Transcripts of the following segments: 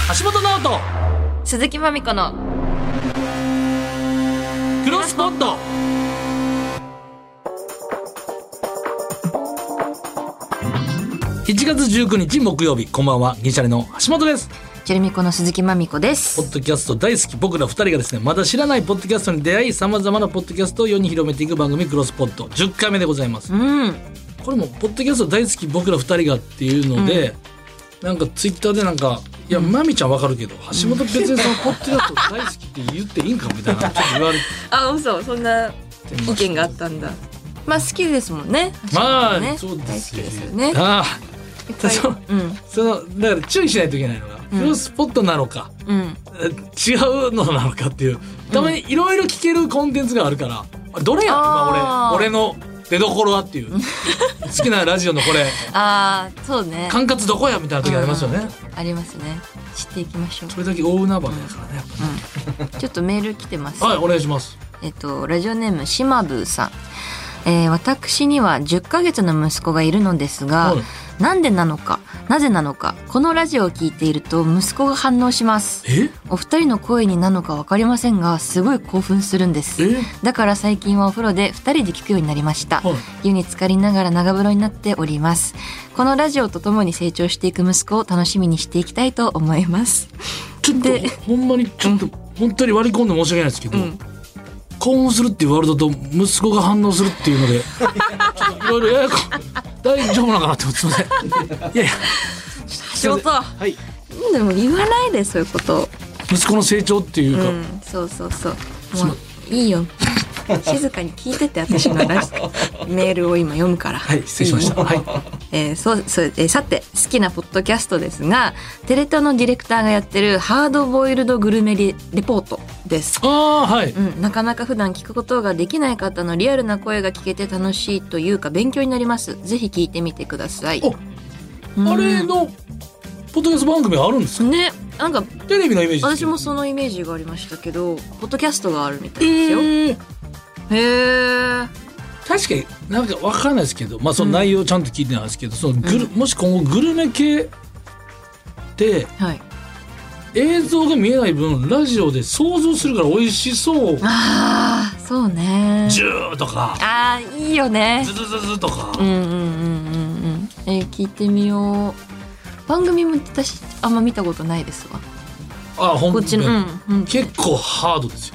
橋本直人鈴木まみこのクロスポット。1月19日木曜日、こんばんは、銀シャリの橋本です。 チェルミコの鈴木まみこでポす。 ッドキャスト大好き僕ら2人がですね、まだ知らないポッドキャストに出会い、様々なポッドキャストを世に広めていく番組クロスポット10回目でございます。これもポッドキャスト大好き僕ら2人がっていうので、なんかツイッターでなんか、いや、まみちゃんわかるけど橋本別にそのポッドキャスト大好きって言っていいんかみたいなちょっと言われてあ、嘘、そんな意見があったんだ。まあ好きですもんね。 まあ、 ね、 そうです大好きですよね。 ああ、 そだから注意しないといけないのが、クロスポットなのか、違うのなのかっていう、たまにいろいろ聞けるコンテンツがあるから、どれや今俺の出どころはっていう好きなラジオのこれああ、そうね、 管轄どこやみたいな時ありますよね、 ありますね。知っていきましょう。 それだけ大海原だからね、やっぱね。 ちょっとメール来てます。 はい、お願いします。 ラジオネームしまぶーさん。私には10ヶ月の息子がいるのですが、なんでなのか、なぜなのか、このラジオを聞いていると息子が反応します。お二人の声になのか分かりませんが、すごい興奮するんです。だから最近はお風呂で2人で聞くようになりました。湯に浸かりながら長風呂になっております。このラジオとともに成長していく息子を楽しみにしていきたいと思います。 ちょっとほんまにちょっと、本当に割り込んで申し訳ないですけど、興奮するっていうワールドと息子が反応するっていうのでちょっといろいろややこ大丈夫なのかなって思って、すいません。いやいや、 橋本、はい、でも言わないで、そういうこと。 息子の成長っていうか、 そうそうそう、もういいよ静かに聞いてて、私のラジメールを今読むから。 はい、失礼しました。はい。 さて、好きなポッドキャストですが、テレ東のディレクターがやってるハードボイルドグルメレポートです。 はい。 なかなか普段聞くことができない方のリアルな声が聞けて楽しいというか勉強になります。ぜひ聞いてみてください。 あれのポッドキャスト番組があるんですかね。 なんかテレビのイメージ、 私もそのイメージがありましたけど、ポッドキャストがあるみたいですよ。へえ。確かになんか分かんないですけど、まあその内容ちゃんと聞いてないですけど、そのもし今後グルメ系で、映像が見えない分ラジオで想像するから美味しそう。 ああ、そうね。 ジューとか、 ああ、いいよね。 ズズズズとか。 聞いてみよう。番組も私あんま見たことないですわ。 こっちの、結構ハードですよ。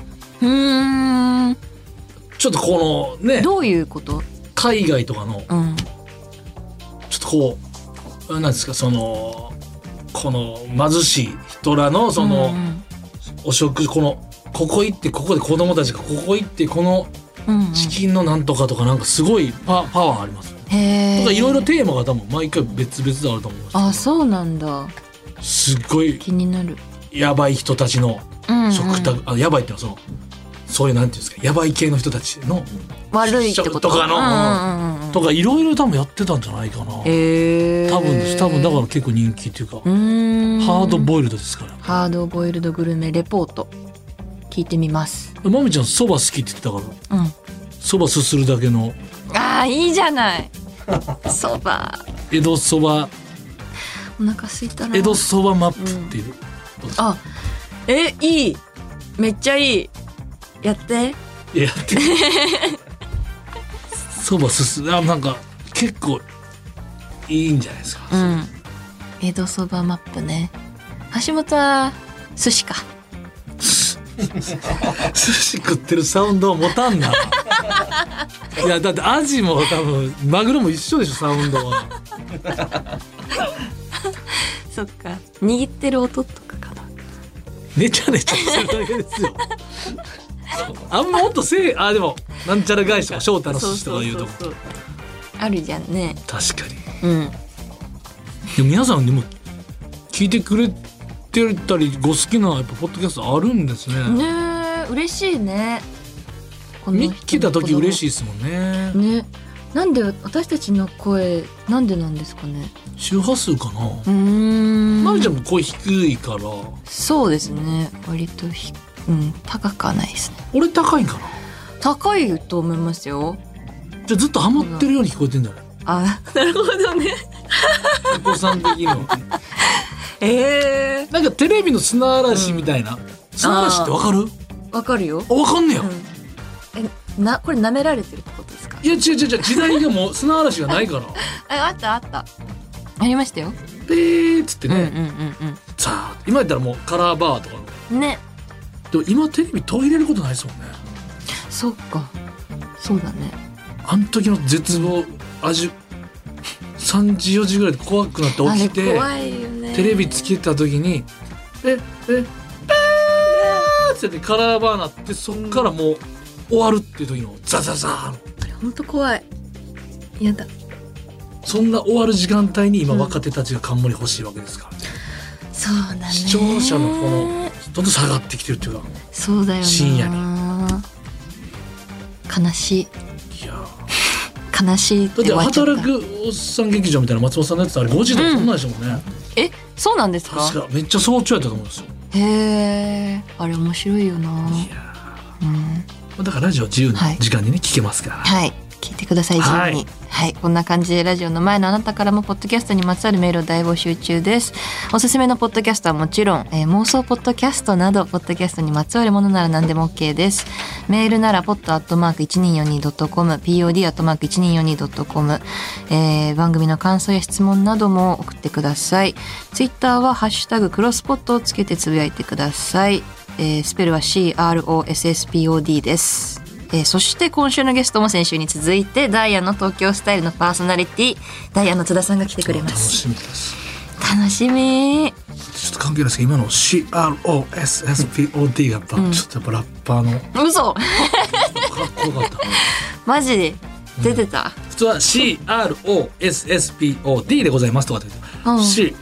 ちょっとこのね、 どういうこと？ 海外とかの、ちょっとこうなんですか、そのこの貧しい人らのその、お食事、ここ行ってここで子供たちがここ行ってこのチキンのなんとかとか、なんかすごいパワーあります。とかいろいろテーマが多分毎回別々であると思います。 あ、そうなんだ。 すごい気になる。 やばい人たちの食卓、やばいってのはそういうなんていうんですか、やばい系の人たちの悪いってこととかの、とかいろいろ多分やってたんじゃないかな。多分だから結構人気っていうか、ハードボイルドですから。 ハードボイルドグルメレポート聞いてみます。 まみちゃんそば好きって言ってたから、そばすするだけの。 ああ、いいじゃない。そば。 江戸そば。 お腹空いたな。 江戸そばマップっていう。 あ、いい。めっちゃいい。やって。 そばすす、なんか結構いいんじゃないですか。 江戸そばマップね。橋本は寿司か。 寿司食ってるサウンドは持たんな。いやだってアジも多分マグロも一緒でしょ、サウンドは。 そっか、握ってる音とかかな。 ねちゃねちゃするだけですよ。あんまもっとでもなんちゃら返しとか翔太の寿司とか言うとこあるじゃんね。 確かに。でも皆さんでも聞いてくれてたりご好きなやっぱポッドキャストあるんですね。 嬉しいね。 見聞いた時嬉しいですもんね。 なんで私たちの声なんでなんですかね。 周波数かな。まみちゃんも声低いから。 そうですね、割と高くはないですね。 俺高いんかな。 高いと思いますよ。 じゃあずっとハマってるように聞こえてんじゃない。 なるほどね。 お子さん的には。 なんかテレビの砂嵐みたいな、砂嵐ってわかる？ わかるよ。 わかんねや、 これ舐められてるってことですか？ いや違う時代がもう砂嵐がないからあったありましたよ。 ペーっつってね、さあ今やったらもうカラーバーとかのね。 でも今テレビ取り入れることないですもんね。 そっか、そうだね。 あの時の絶望味3時4時ぐらいで怖くなって起きて、 怖いよね。 テレビつけた時にってカラーバーなって、そっからもう終わるっていう時のザザザーン。 あれ本当怖い。やだ。 そんな終わる時間帯に今若手たちが冠欲しいわけですから、 そうだね。 視聴者のこのどんどん下がってきてるっていうか、 そうだよな。 深夜に悲しい。 いや悲しいってだって終わっちゃった。 働くおっさん劇場みたいな松本さんのやつあれ5時とかそんなんでしたもんね、 そうなんですか？ 確かめっちゃ早朝やったと思うんですよ。 へえ、あれ面白いよな。 いやだからラジオ自由な時間にね、聞けますから、 はい、聞いてください、自由に。はい、こんな感じでラジオの前のあなたからもポッドキャストにまつわるメールを大募集中です。おすすめのポッドキャストはもちろん、妄想ポッドキャストなどポッドキャストにまつわるものなら何でも OK です。メールなら pod@1242.com pod@1242.com、番組の感想や質問なども送ってください。ツイッターはハッシュタグクロスポットをつけてつぶやいてください。スペルは CROSSPOD です。そして今週のゲストも先週に続いてダイアンの東京スタイルのパーソナリティダイアンの津田さんが来てくれます。 楽しみです。 楽しみ。 ちょっと関係ないですけど今の CROSSPOD がやっぱ、ちょっとやっぱラッパーの嘘かっこよかったマジで出てた、 普通は CROSSPOD でございますとかって言って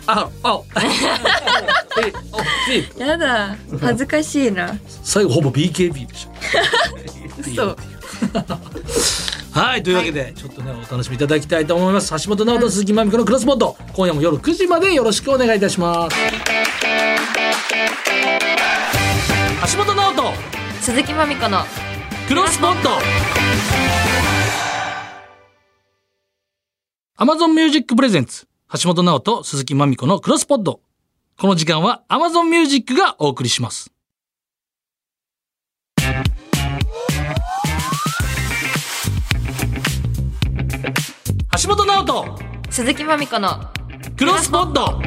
、CROSSPOD やだ恥ずかしいな。 最後ほぼ BKB でしょ嘘はいというわけで、ちょっとねお楽しみいただきたいと思います。橋本直人鈴木まみこのクロスポット、今夜も夜9時までよろしくお願いいたします。橋本直人鈴木まみこのクロスポット。Amazon Music Presents 橋本直人鈴木まみこのクロスポット。この時間は Amazon Music がお送りします。橋本直人鈴木まみこのクロスポット。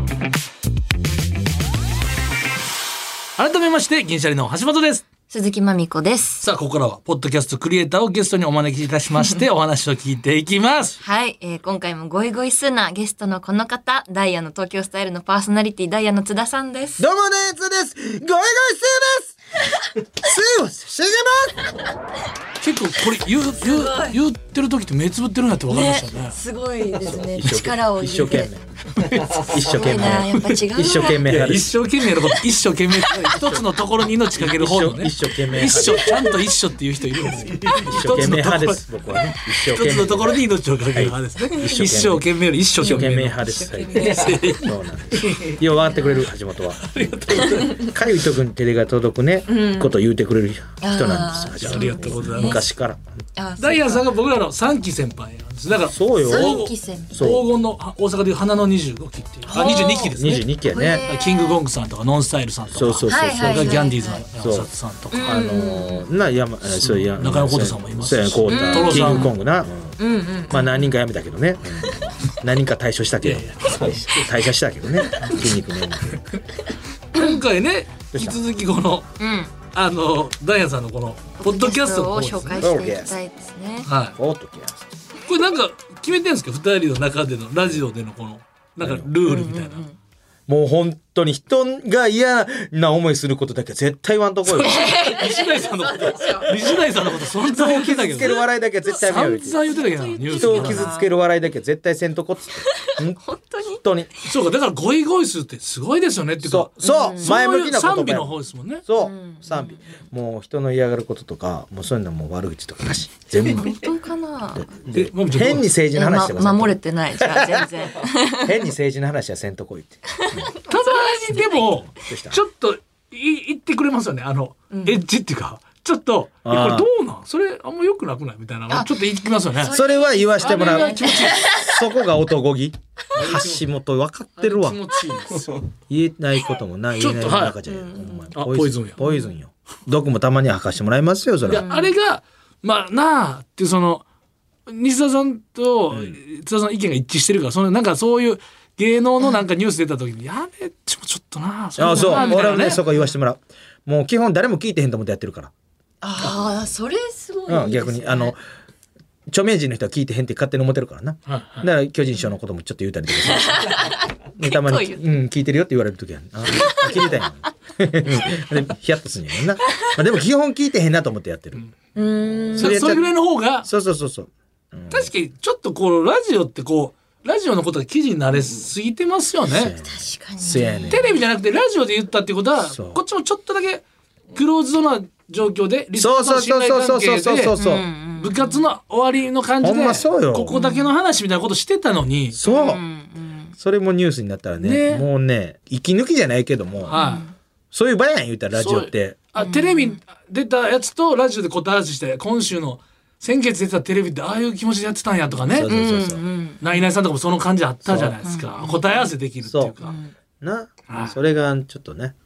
改めまして銀シャリの橋本です。 鈴木まみこです。 さあここからはポッドキャストクリエイターをゲストにお招きいたしましてお話を聞いていきます。 はい、今回もゴイゴイスーなゲストのこの方、ダイヤの東京スタイルのパーソナリティダイヤの津田さんです。 どうもね、津です。ゴイゴイスーですスーをしげます。 結構これ言ってる時って目つぶってるんやって分かりましたね。 すごいですね。 一力を入れて。 一生懸命やっぱ違う。 一生懸命派です。 一生懸命のこと一生懸命一つのところに命かける方のね。 一生懸命一生ちゃんと一生っていう人いるんですよ。 一生懸命派です。僕はね。 一つのところに命をかける派ですね。一生懸命より一生懸命派です。そうなんです。よう分かってくれる橋本は。かゆいとこに手が届くねことを言うてくれる人なんですよ。 ありがとうございます。 昔から。 ダイアンさんが僕らの3期先輩なんです。だからそうよ。 3期先輩。 黄金の大阪でいう花の25期っていう22期ですね。 22期やね。 キングコングさんとかノンスタイルさんとか、 そうそれからギャンディーズの山里さんとか、 そういや中山浩太さんもいますし、 キングコングな。まあ何人か辞めたけどね。何人か退所したけど、退社したけどね。筋肉ね。 今回ね引き続きこのダイアンさんのこのポッドキャストを紹介していきたいですね。 はい。これなんか決めてんですか、2人の中でのラジオでのこのなんかルールみたいな。 もう本当に人が嫌な思いすることだけは絶対言わんとこよ。 西成さんのことそんな言ってたけど、 傷つける笑いだけは絶対見よう。 散々言ってたけどニュース人を傷つける笑いだけは絶対せんとこっつって。 本当に。 そうか、だからゴイゴイスーってすごいですよねっていうか。 そう前向きな言葉。 賛美の方ですもんね。 そう賛美。もう人の嫌がることとかもうそういうのも悪口とかなし。全部。 本当かな。 変に政治の話してます。 守れてないじゃあ全然。 変に政治の話はせんとこいって。 たまにでもちょっと言ってくれますよね。エッジっていうかちょっとこれどうなんそれあんま良くなくないみたいなちょっと言いますよね。 それは言わしてもらう。 気持ちいい。 そこが男気。橋本分かってるわ。 気持ちいいんですよ。 言えないこともない。言えない中じゃポイズンや。 ポイズンよ。毒もたまに吐かしてもらいますよそれ。 あれがまあなあってその西田さんと津田さん意見が一致してるから、そのなんかそういう芸能のなんかニュース出た時にやめてもちょっとな。 あそう。俺はねそこ言わしてもらう。もう基本誰も聞いてへんと思ってやってるから。 ああそれすごいですね。 逆に著名人の人は聞いてへんって勝手に思ってるからな。だから巨人師匠のこともちょっと言うたりとかさ。たまに聞いてるよって言われる時は聞いてたんや。ヒヤッとすんやんな。でも基本聞いてへんなと思ってやってる。 それぐらいの方がそう。 確かにちょっっとこうラジオってこうラジオのことが記事になれすぎてますよね。 確かに、 テレビじゃなくてラジオで言ったってことはこっちもちょっとだけクローズドな状況でリスナーの信頼関係で部活の終わりの感じでここだけの話みたいなことしてたのに、 そう、それもニュースになったらね、もうね息抜きじゃないけども、そういう場やん言うたらラジオってテレビ出たやつとラジオで答え合わせして今週の先月出てたテレビってああいう気持ちでやってたんやとかね、ナイナイさんとかもその感じあったじゃないですか。答え合わせできるっていうかな、それがちょっとね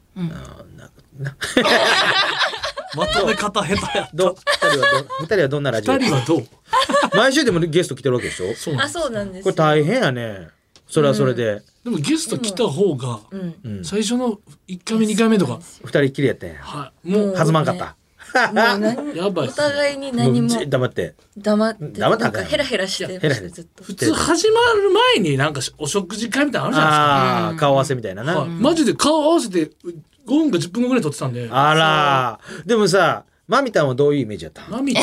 まとめ方下手やった。 2人はどんなラジオ？ 2人はどう？ 毎週でもゲスト来てるわけでしょ？ そうなんです。 これ大変やね。それはそれで。 でもゲスト来た方が最初の1回目2回目とか 2人きりやったんや。 もう弾まんかった。 やばい。 お互いに何も黙ってなんかヘラヘラしてずっと。 普通始まる前になんかお食事会みたいなのあるじゃないですか。 顔合わせみたいなな。 マジで顔合わせて5分か10分ぐらい撮ってたんで。 あらでもさマミタンはどういうイメージやった？ マミタン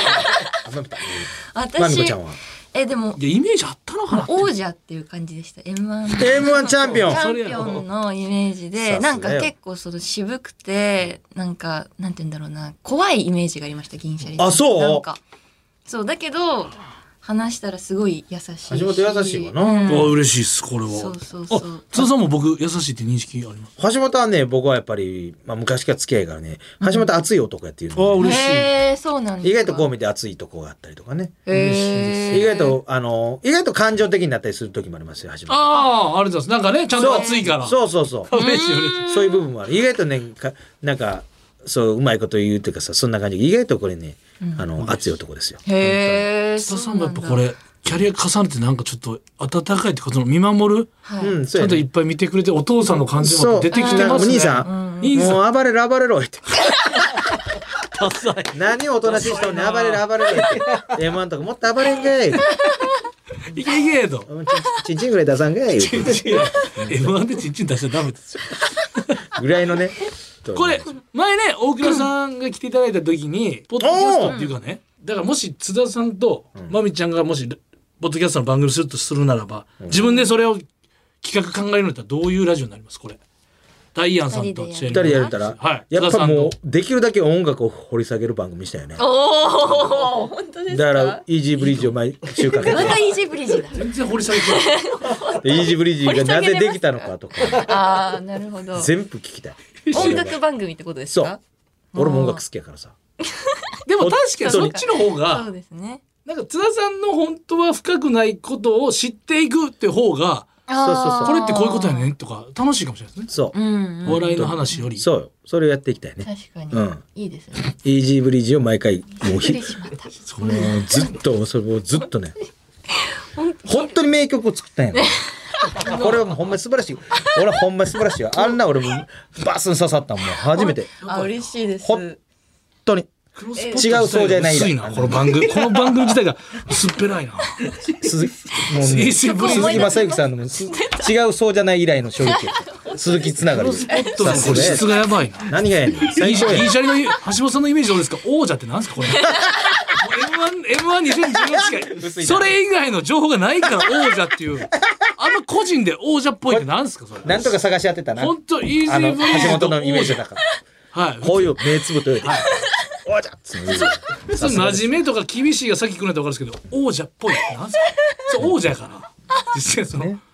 マミコちゃんはでもイメージあったのかな。 王者っていう感じでした。M1 チャンピオンのイメージでなんか結構その渋くてなんかなんて言うんだろうな怖いイメージがありました銀シャリ。 あそう？ なんかそうだけど話したらすごい優しいし。 橋本優しいわな。 嬉しいですこれは。 そう。 津田さんも僕優しいって認識あります？ 橋本はね僕はやっぱり昔から付き合いからね橋本熱い男やっていうの。嬉しい。 そうなんですか。 意外とこう見て熱いとこがあったりとかね。 嬉しいです。 意外と感情的になったりする時もありますよ橋本。 ありがとうございます。なんかねちゃんと熱いから。 そう。 嬉しい。 そういう部分もある。意外とねなんかそううまいこと言うっていうかさそんな感じで意外とこれね熱い男ですよ。 へえ。 津田さんもやっぱこれキャリア重ねてなんかちょっと温かいってことの見守る、ちゃんといっぱい見てくれてお父さんの感じも出てきてますね。 お兄さんもう暴れろって何をおとなしい人に暴れろって M1 とかもっと暴れんかいいけとチンチンぐらい出さんかい M1 でチンチン出しちゃダメですよぐらいのねこれ前ね大倉さんが来ていただいた時にポッドキャストっていうかねだからもし津田さんとまみちゃんがもしポッドキャストの番組するとするならば自分でそれを企画考えるんだったらどういうラジオになりますこれ？ダイアンさんと 2人やったら、やっぱもうできるだけ音楽を掘り下げる番組したよね。 おお本当ですか？ だからイージーブリッジを毎週かけてまたイージーブリッジだ全然掘り下げてないイージーブリッジがなぜできたのかとかなるほど全部聞きたい。 音楽番組ってことですか？ そう俺も音楽好きやからさでも確かにそっちの方がそうですねなんか津田さんの本当は深くないことを知っていくって方がそうこれってこういうことやねとか楽しいかもしれないですね。 そう、 お笑いの話よりそうよそれをやっていきたいね。 確かに、いいですね。 イージーブリッジを毎回もうずっとね本当に名曲を作ったんやこれはもうほんまに素晴らしい。俺はほんまに素晴らしいよ。あんな俺もバスに刺さったもん初めて。 嬉しいです。 本当に違うそうじゃないなこの番組自体が薄っぺらいな。 鈴木雅之さんの違うそうじゃない以来の衝撃。鈴木つながり。 スポットの質がやばいな。 何がやねん。 最初や。銀シャリの橋本さんのイメージどうですか？王者ってなんですかこれ。M1 2016しかそれ以外の情報がないから王者っていう個人で王者っぽいってなんですかそれ。 なんとか探し当てたな。 本当イージーブリッジ橋本のイメージだから。はい。こういう目つぶとより。王者っつう真面目とか厳しいがさっき来るんだったら分かるんですけど王者っぽいってなんすか？そう王者やから実際その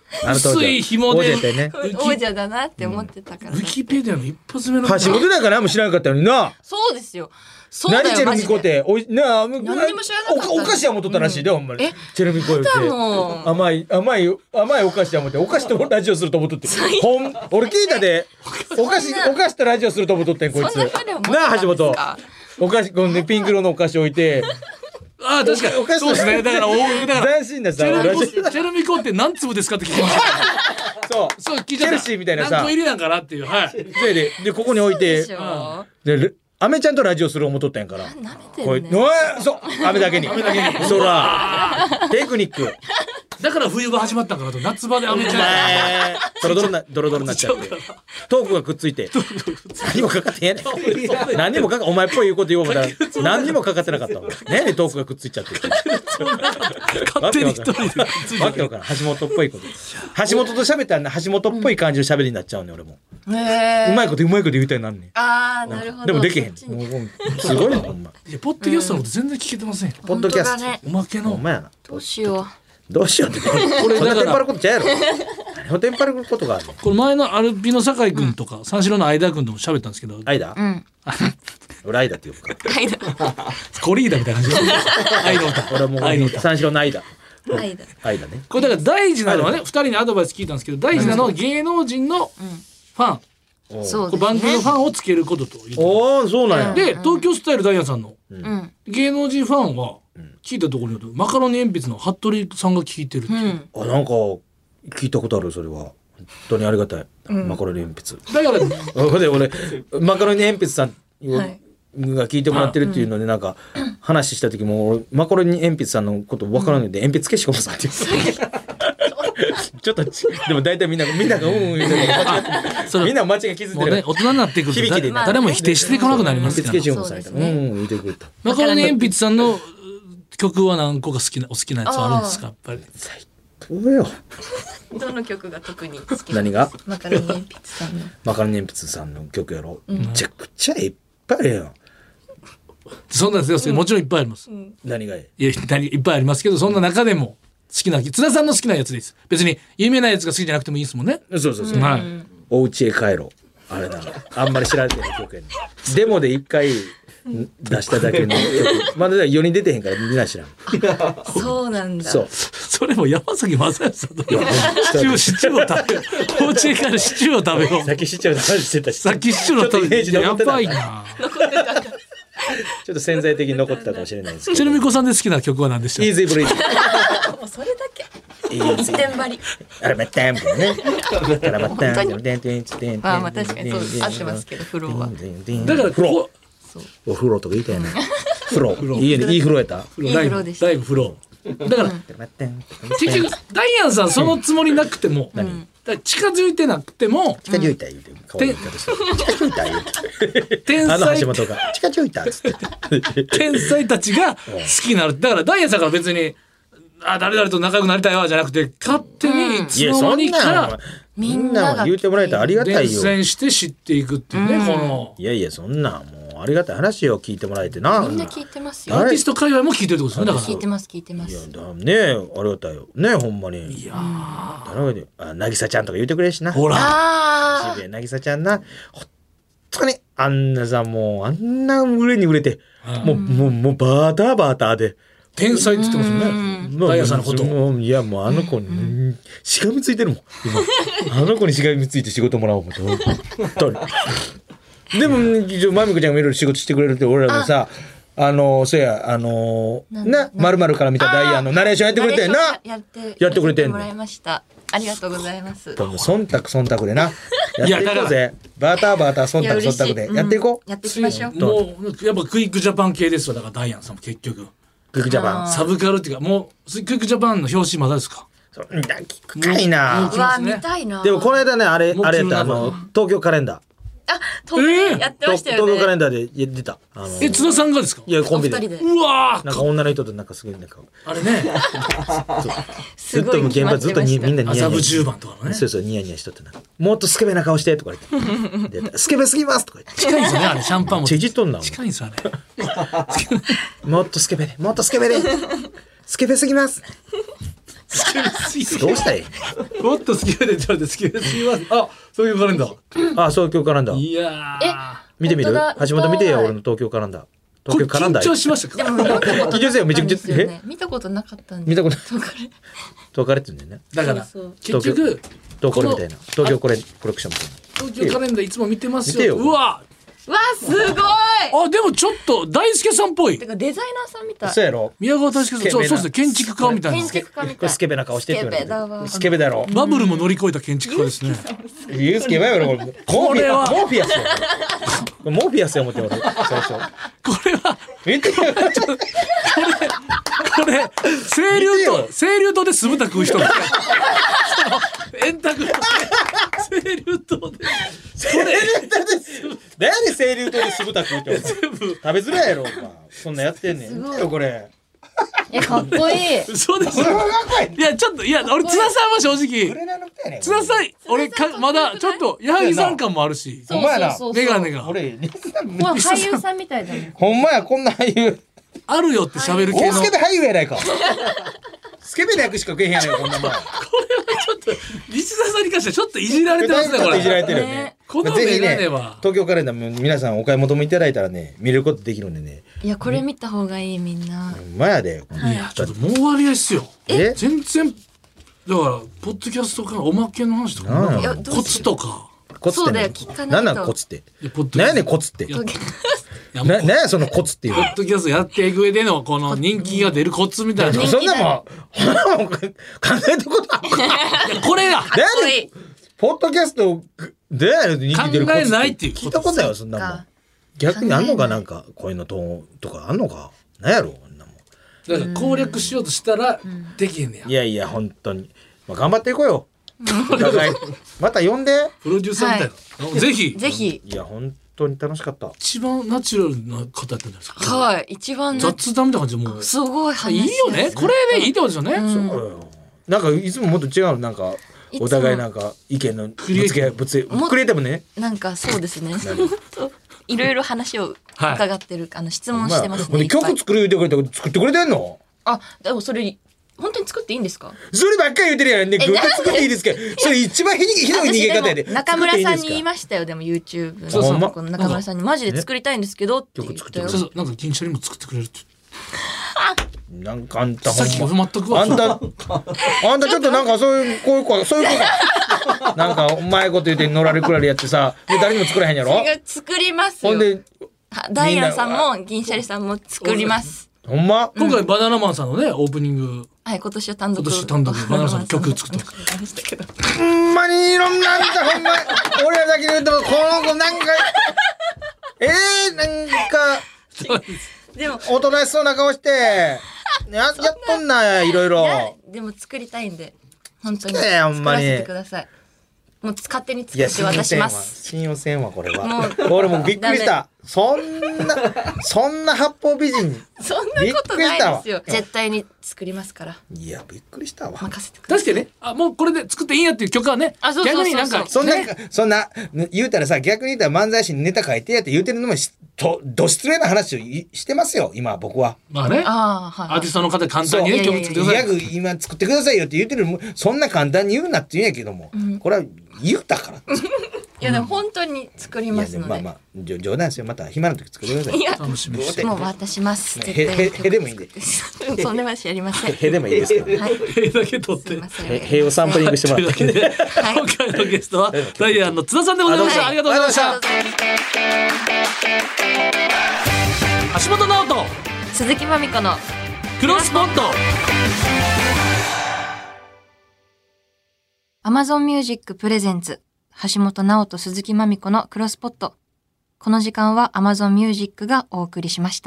あの当薄い時紐で王者やったよね。 王者だなって思ってたから、 ウィキペディアの一発目の橋本なんか何も知らなかったのにな。 そうですよ。そうだよ何チェルミコっておいなあ何にも知らなかったお菓子は持っとったらしいで、ほんまにチェルミコ言ってもう甘いお菓子は持ってお菓子とラジオすると思っとって俺聞いたでお菓子とラジオすると思っとってんこいつそんな風に思ってたんなあですか橋本お菓子このねピンク色のお菓子置いてああ確かにお菓子そうですね。だから斬新なさチラジオェルミコって何粒ですかって聞きました。 そうそう聞いちゃった。 チェルシーみたいなさ何個入りなんかなっていう。はい。 でここに置いてそうでしょでアメちゃんとラジオする思っとったんやから舐めてこいるねそうアメだけにそらテクニックだから冬場始まったんかなと。夏場でアメちゃん。 ドロドロになっちゃってトークがくっついて何もかかってへんねん何にもかかお前っぽい言うこと言おう思ったら何にもかかってなかったわねトークがくっついちゃって勝手に一人で。 わけわからん橋本っぽいこと橋本と喋ったら橋本っぽい感じの喋りになっちゃうね俺もうまいこと言いたいなんねんああなるほど。 でもできへんそっちにもうすごいなほんまいやポッドキャストのこと全然聞けてませんよ。 ポッドキャス本当だねおまけの。 トほんまやなどうしよどうしようってこれそんなテンパることちゃうやろ何をテンパることがあるのこれ前のアルピの酒井君とか三四郎の相田君とも喋ったんですけど、 間う。うん。 俺間って呼ぶかはいだ。 コリーダみたいな感じです。愛の歌。 俺はも愛の歌。 う三四郎の間はいだ。 間ねこれだから大事なのはね、二人にアドバイス聞いたんですけど、大事なのは芸能人のファン、 おそうですこれ番組のねフ。ァンをつけることと言ってます。 おーそうなんやで、東京スタイルダイアンさんのうん。 芸能人ファンは聞いたところによると、マカロニ鉛筆の服部さんが聞いてるっていう。 うん。 あなんか聞いたことあるそれは本当にありがたいマカロニ鉛筆だから、 ほんで俺マカロニ鉛筆さんはいが聞いてもらってるっていうのでなんか話した時も俺マカロニ鉛筆さんのこと分からないんで鉛筆消し込むさんって言ってちょっとでも大体みんなが言うてそれみんな間違い気づいもうね、 てる大人になってくると響きで誰誰も否定していかなくなりますから。 鉛筆消し込むさんそうですね言うてくれたマカロニ鉛筆さんの曲は何個かお好きなやつはあるんですかやっぱり。 そうよどの曲が特に好き？ 何がマカロニ鉛筆さんの。 マカロニ鉛筆さんの曲やろめちゃくちゃいっぱいあるよそんなんですよ。もちろんいっぱいあります。 何がいいいや、いっぱいありますけど、そんな中でも好きな、津田さんの好きなやつです。別に有名なやつが好きじゃなくてもいいですもんね。 そうそうそうはい。 お家へ帰ろうあれなのあんまり知られてない曲やねデモで一回出しただけの曲まだ世に出てへんからみんな知らんそうなんだ。 そうそれも山崎まさやさんとシチューを食べよう。お家からシチューを食べよう。 さっき市長の話してたしさっきシチューの食べちょっとイメージ残やってたばいな。 ちょっと潜在的に残ってたかもしれないですけどチェルミコさんで好きな曲は何でしたイーズイブリーズもうそれだけ。 イーズ一点張り。 あれまったんみたいなねあらまったんまあまあ確かにそう合ってますけどフローは。 だから風呂こお風呂とか言いたいな風呂いいねいい風呂やったういい風呂でしただいぶフロー。だから結局ダイアンさんそのつもりなくても、だから近づいてなくても近づいた言うて可愛い言い方して近づいた言うて天あの才橋本が近づいたっつって天才たちが好きになる。だからダイアンさんから別に誰々と仲良くなりたいわじゃなくて勝手にいつの間にかみんなは言うてもらえたらありがた伝いよ染して知っていくっていうね、このいやいやそんなんもうありがたい話を聞いてもらえてなみんな聞いてますよ。 アーティスト界隈も聞いてるってことですよね。だから聞いてます聞いてまいやす。 だねありがたいよねほんまにいや頼むで渚ちゃんとか言うてくれるしなほらあ渋谷渚ちゃんなほんとにあんなさもうあんな売れに売れてもうバーターで天才って言ってますよね。ダイアンさんのこともういやもうあの子にしがみついてるもん今あの子にしがみついて仕事もらおう思って本当にでも一応まみこちゃんがいろいろ仕事してくれるって俺らもさそうやなまるまるから見たダイアンのナレーションやってくれてんなやってやってくれてんのもらいました。ありがとうございます。 忖度でなやっていこうぜバーター忖度忖度でやっていこうやっていきましょう。 もうやっぱクイックジャパン系ですよ。だからダイアンさんも結局クイックジャパンサブカルっていうかもうクイックジャパンの表紙まだですか。 そんな聞くかいなうわ見たいな。 でもこの間ねあれもうやった来るな東京カレンダーやってましたよね。 東京カレンダーで出た津田さんがですか。 いやコンビでお二人で。 うわなんか女の人となんかすごいなんかあれねずっと現場ずっとみんなニヤニヤ麻布十番とかのねそうニヤニヤしとってなもっとスケベな顔してとか言ってでスケベすぎますとか言って近いんですよねあれシャンパンもちじっとんな近いんですよあれ。 もっとスケベでもっとスケベでスケベすぎますスケベすぎる。 どうしたい？ もっとスケベでって言われてスケベすぎます。あ、そういうカレンダー。 あ、東京カレンダー。 いやー。 見てみる？橋本見てよ、俺の東京カレンダー。東京カレンダー。 緊張しましたか？ でも緊張せよ、めちゃくちゃ。 見たことなかったんで。 見たこと東カレ。 東カレって言うんだよね。 だからそう結局東コレみたいな。東京コレクションみたいな。 東京カレンダーいつも見てますよ。 見てようわ。 わすごい。 あ、でもちょっと大輔さんっぽいて。かデザイナーさんみたい。 そうやろ。 宮川大輔さん、そうですね、建築家みたいな。 建築家みたい。 スケベな顔してって言われてスケベだわスケベだろ。 バブルも乗り越えた建築家ですね。 ユースケベやろ、これ。 これはモーフィアスや。モーフィアスや思って俺、最初。 これは、 見てよ。 これ、清流島で酢豚食う人みたいな。その円卓で、清流島で。 何で清流島で酢豚食うって食べづらいやろ、お前。そんなやってんねん。見てよ、これ。 かっこいい。 そうです。いや、ちょっと、いや、俺、津田さんは正直、津田さん、俺まだ、ちょっと、矢作さん感もあるし、 ほんまやな。 メガネが。 俺、 もう俳優さんみたいだね。 ほんまや、こんな俳優。 あるよって喋る系の。 大スケベ俳優やないか。スケベな役しか食えへんやないか、こんなもん。 これはちょっと西田さんに関してはちょっといじられてますね、これ。 いじられてるよね。 このメガネは。 東京カレンダーも皆さんお買い求めいただいたらね、見れることできるんでね。 いやこれ見た方がいいみんな。 ほんまやで。 いやちょっともう割合っすよ。 え？ 全然だからポッドキャストからおまけの話とかコツとか。 コツって何？何なんコツって？何やねんコツって。何やそのコツっていう。 ポッドキャストやっていく上でのこの人気が出るコツみたいな。 そんなもん考えたことあるか。 これだ。 ポッドキャストで人気出るコツ考えないっていう。 聞いたことないよそんなもん。逆にあんのかなんか声のトーンとかあんのか。なんやろあんなもん。 だから攻略しようとしたらできへんねや。 いやいや本当に頑張っていこうよ。お互いまた呼んで。 プロデューサーみたいな。ぜひぜひ。 いや本当に楽しかった。 一番ナチュラルな方だったんじゃないですか。 はい一番雑談みたいな感じでもうすごい話いいよね。これでいいってことですよね。 そうよ。なんかいつももっと違うなんかお互いなんか意見のぶつけクリエイティブね。 なんかそうですね。いろいろ話を伺ってる質問してますね。 曲作る言うてくれて作ってくれてんの？ あでもそれ本当に作っていいんですか？ そればっかり言ってるやんね。曲作っていいですか？それ一番ひどい逃げ方やで。 中村さんに言いましたよでも YouTube のこの中村さんにマジで作りたいんですけどって言ったよ。 そうなんか銀シャリも作ってくれるって。 なんかあんたさっきも全くあんたちょっとなんかそういう子かなんかうまいこと言ってのらりくらりやってさ誰にも作らへんやろ。 作りますよ。 ほんでダイアンさんも銀シャリさんも作ります。 ほんま？ 今回バナナマンさんのねオープニング。 はい今年は単独バナナマンさんの曲作ってほんまにいろんなんだほんま俺らだけで言うとこの子なんかなんかでもおとなしそうな顔してやっとんないろいろ。 でも作りたいんで本当にほんまに作らせてください。もう勝手に作って渡します。 信用せんわこれは。俺もびっくりした。そんな八方美人にそんなことないですよ。絶対に作りますから。 いやびっくりしたわ。 任せてください。 確かにねもうこれで作っていいんやっていう曲はね逆になんかそんな言うたらさ逆に言ったら漫才師にネタ書いてやって言うてるのもど失礼な話をしてますよ今僕は。 まあねアーティストの方簡単にね曲作ってください。 ギャグ今作ってくださいよって言ってるのもそんな簡単に言うなって言うんやけどもこれは言うたから。 いやでも本当に作りますので。 まあ冗談ですよ。また暇な時作ってください。 いや楽しみにしてもう渡します。 へでもいいんで。 そんな話やりません。 へでもいいですか。 はい。 へだけ取ってへをサンプリングしてもらって。 今回のゲストはダイアンの津田さんでございました。ありがとうございました。橋本直人鈴木まみこのクロスポット。 Amazon Music プレゼンツ橋本直人鈴木まみこのクロスポット。この時間は Amazon Music がお送りしました。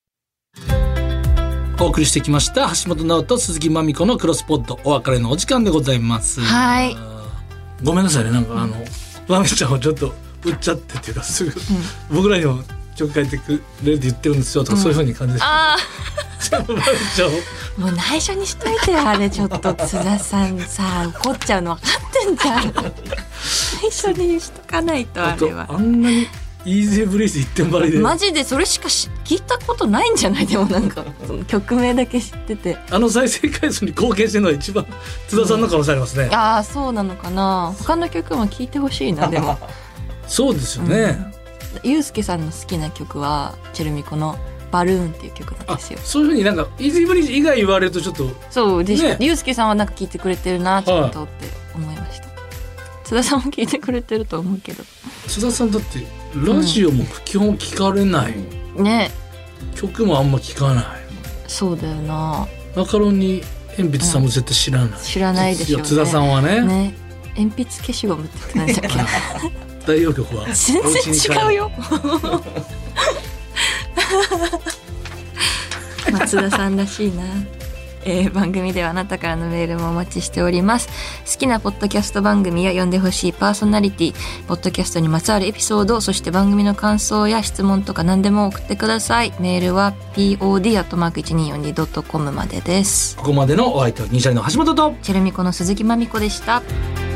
お送りしてきました橋本直人鈴木まみこのクロスポットお別れのお時間でございます。 はい。 ごめんなさいねなんかまみちゃんをちょっと売っちゃってっていうかすぐ、僕らにも曲書いてくれるって言ってるんですよとか、そういう風に感じで。 ああ。 まみちゃんをもう内緒にしといてよあれちょっと津田さんさ怒っちゃうの分かってんじゃん。内緒にしとかないとあれは。 あんなにイージーブリーズ一点張りでマジでそれしか聞いたことないんじゃない？でもなんかその曲名だけ知ってて、 再生回数に貢献してるのは一番津田さんの可能性ありますね。 ああそうなのかな。他の曲も聞いてほしいな。でもそうですよね。 ゆうすけさんの好きな曲はチェルミコのバルーンっていう曲なんですよ。 そういうふうになんかイージーブリーズ以外言われるとちょっとそうで、 ね、 ゆうすけさんはなんか聞いてくれてるなちょっとって思いました。津田さんも聞いてくれてると思うけど。 津田さんだってラジオも基本聞かれない、 ね、 曲もあんま聞かない。 そうだよな。 マカロニ鉛筆さんも絶対知らない、 知らないでしょうね。 津田さんはね。 鉛筆消しゴムって言って何でしたっけ代表曲は全然違うよ松田さんらしいな。番組ではあなたからのメールもお待ちしております。好きなポッドキャスト番組や呼んでほしいパーソナリティ、ポッドキャストにまつわるエピソード、そして番組の感想や質問とか何でも送ってください。メールは pod@1242.com までです。 ここまでのお相手は銀シャリの橋本とチェルミコの鈴木まみこでした。